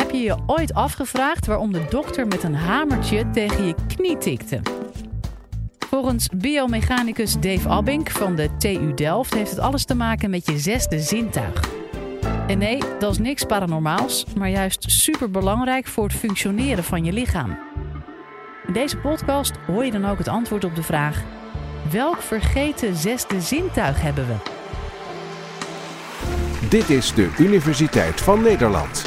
Heb je je ooit afgevraagd waarom de dokter met een hamertje tegen je knie tikte? Volgens biomechanicus Dave Abbink van de TU Delft heeft het alles te maken met je zesde zintuig. En nee, dat is niks paranormaals, maar juist superbelangrijk voor het functioneren van je lichaam. In deze podcast hoor je dan ook het antwoord op de vraag: welk vergeten zesde zintuig hebben we? Dit is de Universiteit van Nederland.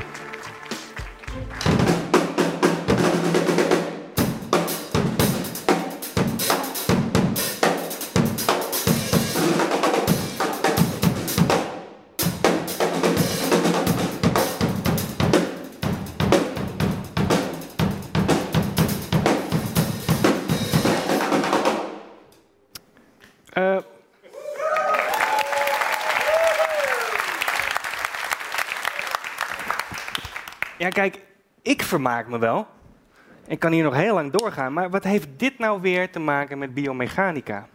Ja, kijk, ik vermaak me wel. Ik kan hier nog heel lang doorgaan, maar wat heeft dit nou weer te maken met biomechanica?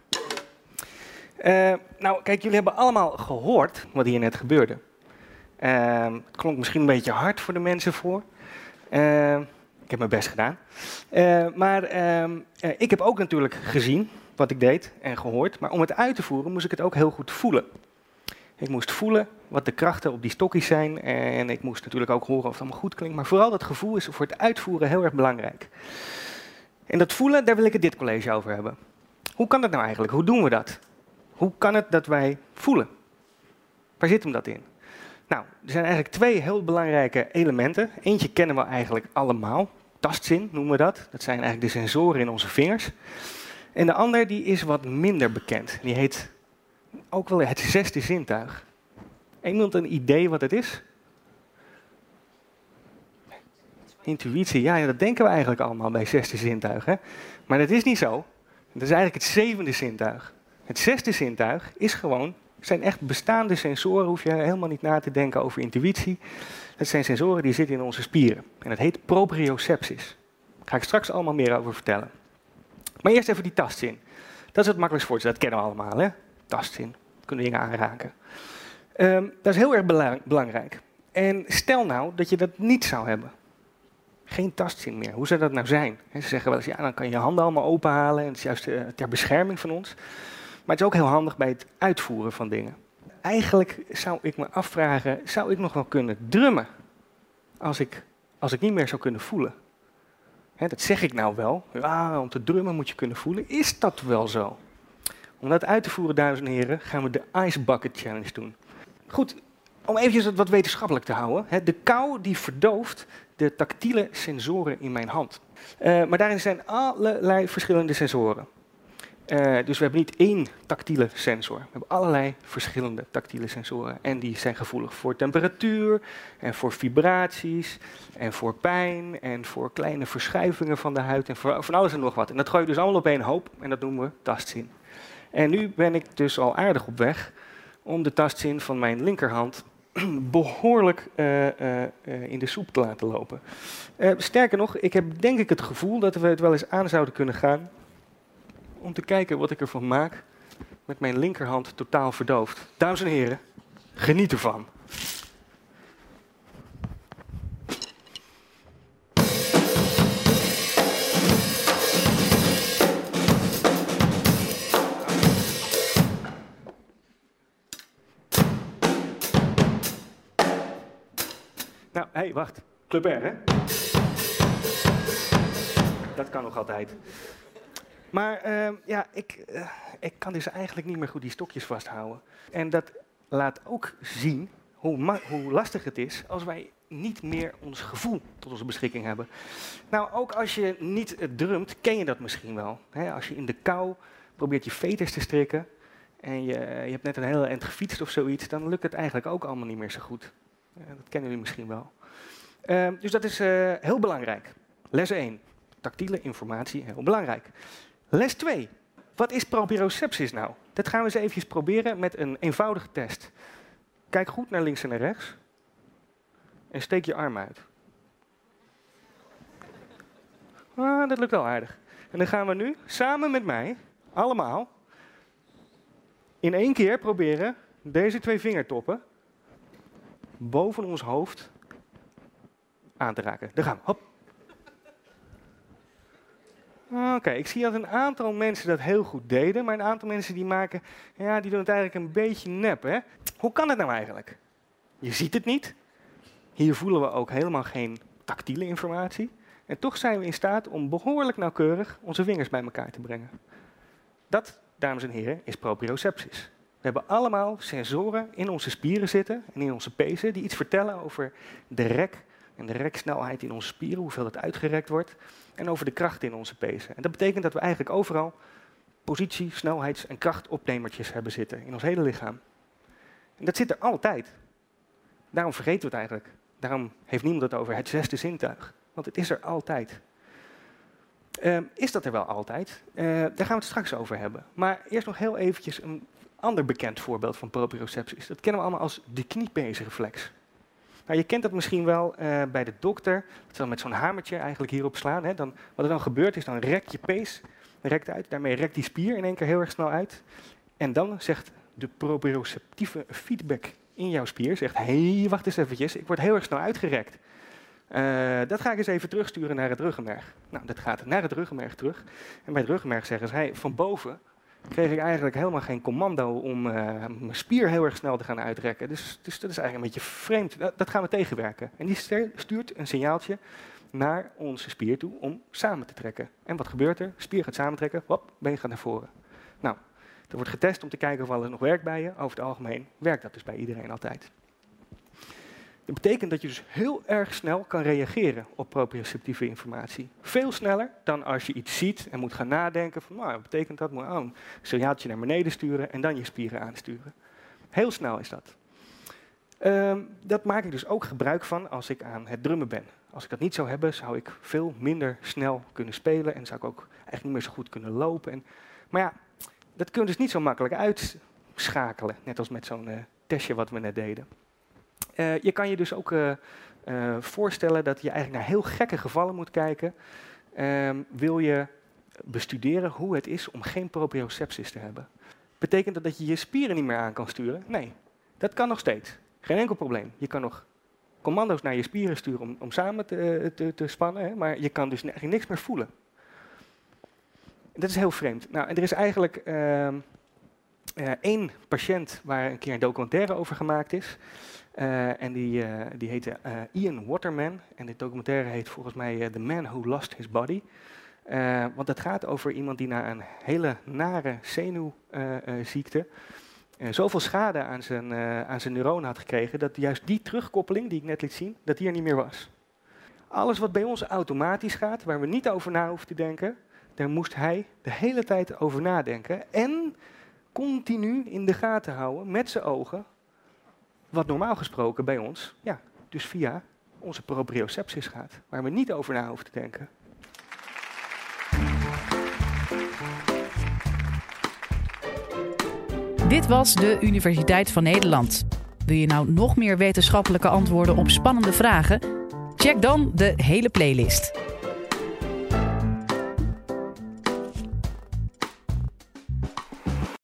Nou, kijk, jullie hebben allemaal gehoord wat hier net gebeurde. Het klonk misschien een beetje hard voor de mensen voor. Ik heb mijn best gedaan. Maar ik heb ook natuurlijk gezien wat ik deed en gehoord. Maar om het uit te voeren moest ik het ook heel goed voelen. Ik moest voelen wat de krachten op die stokjes zijn. En ik moest natuurlijk ook horen of het allemaal goed klinkt. Maar vooral dat gevoel is voor het uitvoeren heel erg belangrijk. En dat voelen, daar wil ik het dit college over hebben. Hoe kan dat nou eigenlijk? Hoe doen we dat? Hoe kan het dat wij voelen? Waar zit hem dat in? Nou, er zijn eigenlijk twee heel belangrijke elementen. Eentje kennen we eigenlijk allemaal. Tastzin noemen we dat. Dat zijn eigenlijk de sensoren in onze vingers. En de ander die is wat minder bekend. Die heet ook wel het zesde zintuig. Iemand een idee wat het is? Intuïtie, ja, dat denken we eigenlijk allemaal bij zesde zintuig. Hè? Maar dat is niet zo. Dat is eigenlijk het zevende zintuig. Het zesde zintuig is gewoon, zijn echt bestaande sensoren. Hoef je helemaal niet na te denken over intuïtie. Dat zijn sensoren die zitten in onze spieren. En dat heet propriocepties. Daar ga ik straks allemaal meer over vertellen. Maar eerst even die tastzin. Dat is het makkelijkst voor te stellen. Dat kennen we allemaal, hè? Tastzin. Kunnen dingen aanraken. Dat is heel erg belangrijk. En stel nou dat je dat niet zou hebben. Geen tastzin meer. Hoe zou dat nou zijn? Ze zeggen wel eens, ja, dan kan je je handen allemaal openhalen. En het is juist ter bescherming van ons. Maar het is ook heel handig bij het uitvoeren van dingen. Eigenlijk zou ik me afvragen, zou ik nog wel kunnen drummen? Als ik niet meer zou kunnen voelen. Dat zeg ik nou wel. Ja, om te drummen moet je kunnen voelen. Is dat wel zo? Om dat uit te voeren, dames en heren, gaan we de Ice Bucket Challenge doen. Goed, om eventjes het wat wetenschappelijk te houden. De kou die verdooft de tactiele sensoren in mijn hand. Maar daarin zijn allerlei verschillende sensoren. Dus we hebben niet één tactiele sensor. We hebben allerlei verschillende tactiele sensoren. En die zijn gevoelig voor temperatuur, en voor vibraties, en voor pijn, en voor kleine verschuivingen van de huid, en voor van alles en nog wat. En dat gooi je dus allemaal op één hoop, en dat noemen we tastzin. En nu ben ik dus al aardig op weg om de tastzin van mijn linkerhand behoorlijk in de soep te laten lopen. Sterker nog, ik heb denk ik het gevoel dat we het wel eens aan zouden kunnen gaan om te kijken wat ik ervan maak met mijn linkerhand totaal verdoofd. Dames en heren, geniet ervan. Nou, hé, wacht. Club R, hè? Dat kan nog altijd. Maar ja, ik kan dus eigenlijk niet meer goed die stokjes vasthouden. En dat laat ook zien hoe lastig het is als wij niet meer ons gevoel tot onze beschikking hebben. Nou, ook als je niet drumt, ken je dat misschien wel. Als je in de kou probeert je veters te strikken en je hebt net een hele eind gefietst of zoiets, dan lukt het eigenlijk ook allemaal niet meer zo goed. Dat kennen jullie misschien wel. Dus dat is heel belangrijk. Les 1. Tactiele informatie, heel belangrijk. Les 2. Wat is propriocepties nou? Dat gaan we eens eventjes proberen met een eenvoudige test. Kijk goed naar links en naar rechts. En steek je arm uit. Dat lukt wel aardig. En dan gaan we nu samen met mij, allemaal, in één keer proberen deze twee vingertoppen boven ons hoofd aan te raken. Daar gaan we, hop. Oké, ik zie dat een aantal mensen dat heel goed deden, maar een aantal mensen die doen het eigenlijk een beetje nep. Hè? Hoe kan het nou eigenlijk? Je ziet het niet. Hier voelen we ook helemaal geen tactiele informatie. En toch zijn we in staat om behoorlijk nauwkeurig onze vingers bij elkaar te brengen. Dat, dames en heren, is proprioceptie. We hebben allemaal sensoren in onze spieren zitten en in onze pezen die iets vertellen over de rek en de reksnelheid in onze spieren, hoeveel dat uitgerekt wordt, en over de kracht in onze pezen. En dat betekent dat we eigenlijk overal positie-, snelheids- en krachtopnemertjes hebben zitten in ons hele lichaam. En dat zit er altijd. Daarom vergeten we het eigenlijk. Daarom heeft niemand het over het zesde zintuig. Want het is er altijd. Is dat er wel altijd? Daar gaan we het straks over hebben. Maar eerst nog heel eventjes een ander bekend voorbeeld van proprioceptie. Dat kennen we allemaal als de kniepeesreflex. Nou, je kent dat misschien wel bij de dokter. Dat ze dan met zo'n hamertje eigenlijk hierop slaan. Hè. Wat er dan gebeurt is, dan rekt je pees uit. Daarmee rekt die spier in één keer heel erg snel uit. En dan zegt de proprioceptieve feedback in jouw spier, zegt, hey, wacht eens eventjes, ik word heel erg snel uitgerekt. Dat ga ik eens even terugsturen naar het ruggenmerg. Nou, dat gaat naar het ruggenmerg terug. En bij het ruggenmerg zeggen ze, hey, van boven kreeg ik eigenlijk helemaal geen commando om mijn spier heel erg snel te gaan uitrekken. Dus dat is eigenlijk een beetje vreemd. Dat gaan we tegenwerken. En die stuurt een signaaltje naar onze spier toe om samen te trekken. En wat gebeurt er? Spier gaat samentrekken, hop, been gaat naar voren. Nou, er wordt getest om te kijken of alles nog werkt bij je. Over het algemeen werkt dat dus bij iedereen altijd. Dat betekent dat je dus heel erg snel kan reageren op proprioceptieve informatie. Veel sneller dan als je iets ziet en moet gaan nadenken van, nou, wat betekent dat? Moet een signaaltje naar beneden sturen en dan je spieren aansturen. Heel snel is dat. Dat maak ik dus ook gebruik van als ik aan het drummen ben. Als ik dat niet zou hebben, zou ik veel minder snel kunnen spelen en zou ik ook eigenlijk niet meer zo goed kunnen lopen. Maar ja, dat kun je dus niet zo makkelijk uitschakelen, net als met zo'n testje wat we net deden. Je kan je dus ook voorstellen dat je eigenlijk naar heel gekke gevallen moet kijken. Wil je bestuderen hoe het is om geen proprioceptie te hebben? Betekent dat je je spieren niet meer aan kan sturen? Nee, dat kan nog steeds. Geen enkel probleem. Je kan nog commando's naar je spieren sturen om samen te spannen, hè, maar je kan dus eigenlijk niks meer voelen. Dat is heel vreemd. Nou, en er is eigenlijk één patiënt waar een keer een documentaire over gemaakt is. En die heette Ian Waterman. En dit documentaire heet volgens mij The Man Who Lost His Body. Want het gaat over iemand die na een hele nare zenuwziekte zoveel schade aan zijn neuronen had gekregen, dat juist die terugkoppeling die ik net liet zien, dat die er niet meer was. Alles wat bij ons automatisch gaat, waar we niet over na hoeven te denken, daar moest hij de hele tijd over nadenken. En continu in de gaten houden met zijn ogen, wat normaal gesproken bij ons, ja, dus via onze proprioceptie gaat, waar we niet over na hoeven te denken. Dit was de Universiteit van Nederland. Wil je nou nog meer wetenschappelijke antwoorden op spannende vragen? Check dan de hele playlist.